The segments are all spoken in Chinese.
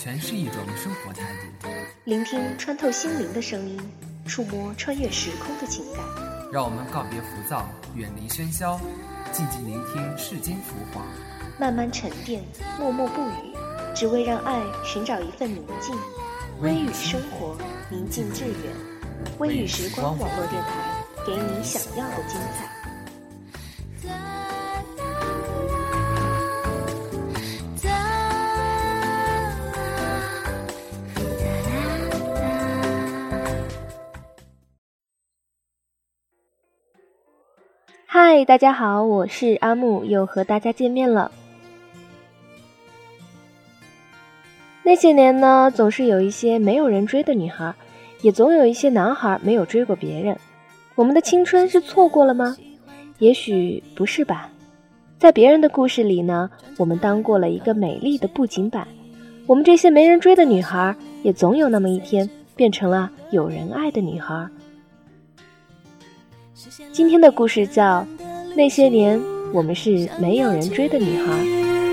全是一种生活态度。 聆听穿透心灵的声音，触摸穿越时空的情感。 让我们告别浮躁，远离喧嚣，静静聆听世间浮华， 慢慢沉淀，默默不语，只为让爱寻找一份宁静。微雨生活，宁静致远。微雨时光网络电台，给你想要的精彩。嗨，大家好，我是阿木，又和大家见面了。那些年呢，总是有一些没有人追的女孩，也总有一些男孩没有追过别人。我们的青春是错过了吗？也许不是吧。在别人的故事里呢，我们当过了一个美丽的布景板。我们这些没人追的女孩，也总有那么一天变成了有人爱的女孩。今天的故事叫那些年我们是没有人追的女孩。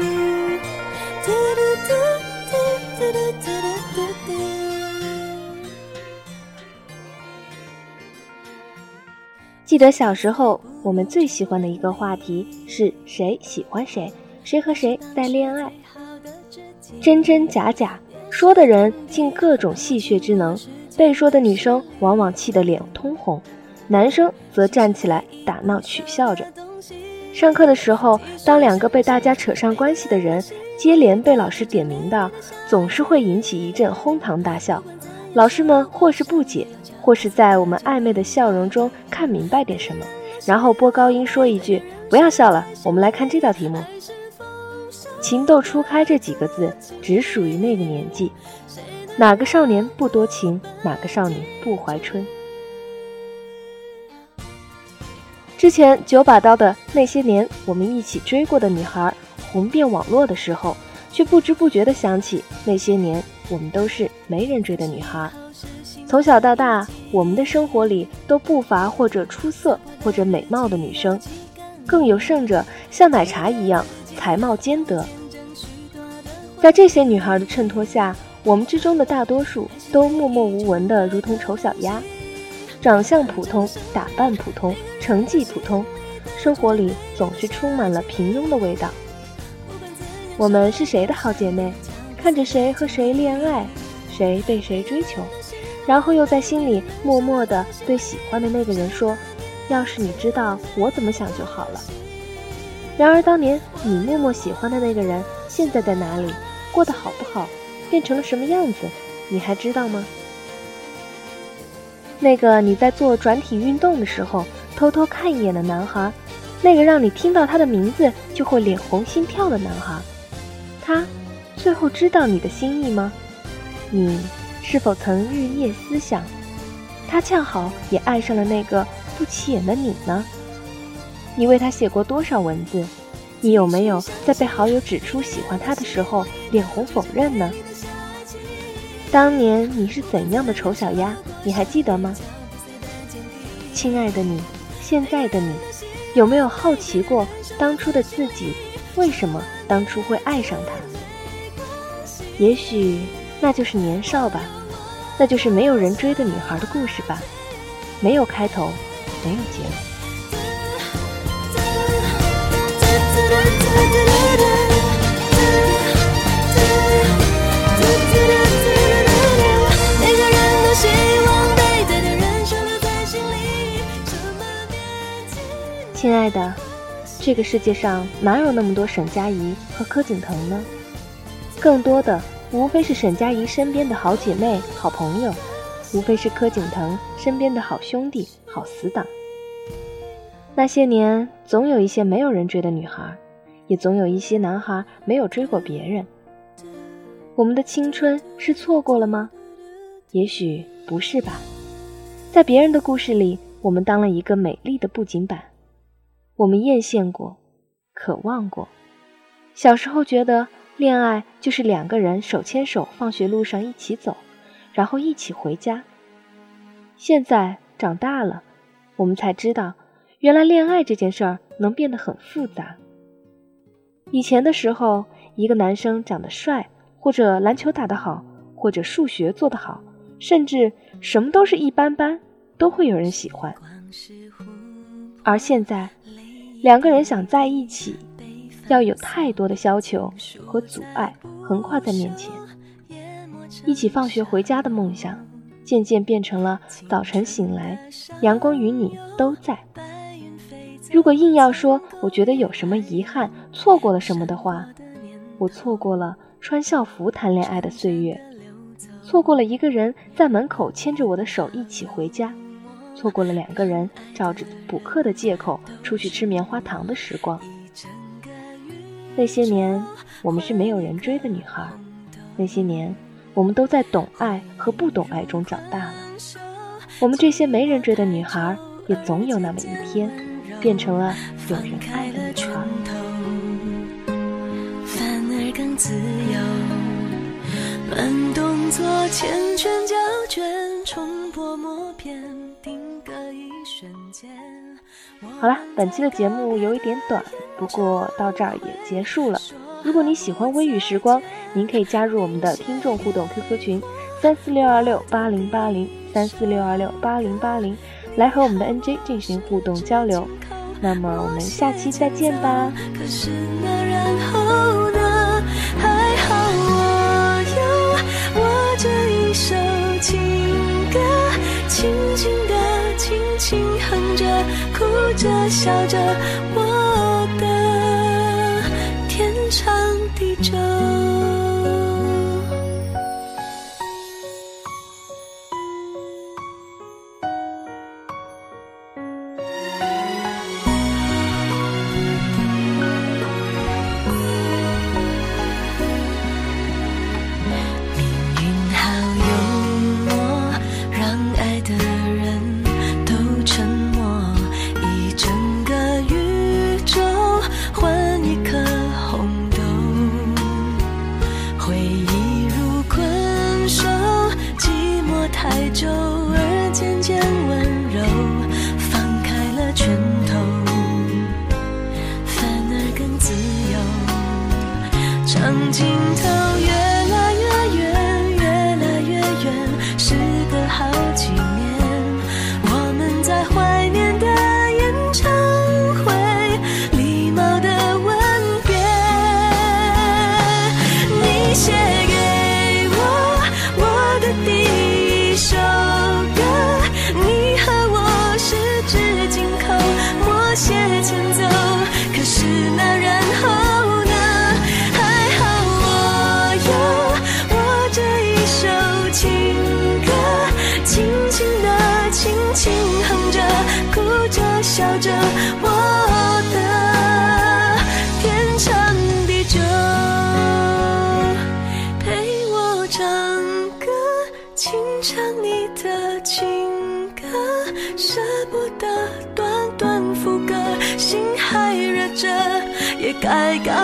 记得小时候我们最喜欢的一个话题是谁喜欢谁，谁和谁在恋爱。真真假假，说的人尽各种戏谑之能，被说的女生往往气得脸通红，男生则站起来打闹取笑着。上课的时候，当两个被大家扯上关系的人接连被老师点名到，总是会引起一阵哄堂大笑。老师们或是不解，或是在我们暧昧的笑容中看明白点什么，然后拨高音说一句：不要笑了，我们来看这道题目。情窦初开这几个字只属于那个年纪，哪个少年不多情，哪个少女不怀春。之前9把刀的那些年我们一起追过的女孩红遍网络的时候，却不知不觉地想起那些年我们都是没人追的女孩。从小到大，我们的生活里都不乏或者出色或者美貌的女生，更有甚者像奶茶一样才貌兼得。在这些女孩的衬托下，我们之中的大多数都默默无闻的如同丑小鸭，长相普通，打扮普通，成绩普通，生活里总是充满了平庸的味道。我们是谁的好姐妹，看着谁和谁恋爱，谁被谁追求，然后又在心里默默地对喜欢的那个人说，要是你知道我怎么想就好了。然而当年你默默喜欢的那个人现在在哪里，过得好不好，变成了什么样子，你还知道吗？那个你在做转体运动的时候偷偷看一眼的男孩，那个让你听到他的名字就会脸红心跳的男孩，他最后知道你的心意吗？你是否曾日夜思想，他恰好也爱上了那个不起眼的你呢？你为他写过多少文字？你有没有在被好友指出喜欢他的时候脸红否认呢？当年你是怎样的丑小鸭，你还记得吗？亲爱的你，现在的你，有没有好奇过当初的自己为什么当初会爱上他？也许那就是年少吧，那就是没有人追的女孩的故事吧，没有开头，没有结尾。亲爱的，这个世界上哪有那么多沈佳宜和柯景腾呢？更多的无非是沈佳宜身边的好姐妹、好朋友，无非是柯景腾身边的好兄弟、好死党。那些年，总有一些没有人追的女孩，也总有一些男孩没有追过别人。我们的青春是错过了吗？也许不是吧。在别人的故事里，我们当了一个美丽的布景板。我们艳羡过，渴望过。小时候觉得恋爱就是两个人手牵手放学路上一起走，然后一起回家。现在长大了，我们才知道，原来恋爱这件事儿能变得很复杂。以前的时候，一个男生长得帅， 或者篮球打得好，或者数学做得好，甚至什么都是一般般，都会有人喜欢。而现在两个人想在一起，要有太多的要求和阻碍横跨在面前。一起放学回家的梦想渐渐变成了早晨醒来，阳光与你都在。如果硬要说我觉得有什么遗憾，错过了什么的话，我错过了穿校服谈恋爱的岁月，错过了一个人在门口牵着我的手一起回家，错过了两个人找着补课的借口出去吃棉花糖的时光。那些年我们是没有人追的女孩，那些年我们都在懂爱和不懂爱中长大了。我们这些没人追的女孩，也总有那么一天变成了有人爱的女孩。 反而更自由，慢动作缱绻胶卷，冲破默片，定格一瞬间。 好了，本期的节目有一点短，不过到这儿也结束了。如果你喜欢微雨时光，您可以加入我们的听众互动 QQ 群346268080 346268080，来和我们的 NJ 进行互动交流。那么我们下期再见吧。 可是那然后呢？还好我有我这一首情歌，轻轻地轻轻哼着，哭着笑着，我的天长地久。太久而渐渐温柔，放开了拳头，反而更自由。长镜头越来越远，越来越远，时隔好几年，我们在怀念的演唱会，礼貌的吻别。你写给我的第一首歌，你和我十指紧扣，默写前奏。可是那然后呢？还好我有我这一首情歌，轻轻地轻轻哼着，哭着笑着，我的天长地久。陪我唱歌，轻唱你的情歌，舍不得短短副歌，心还热着，也该告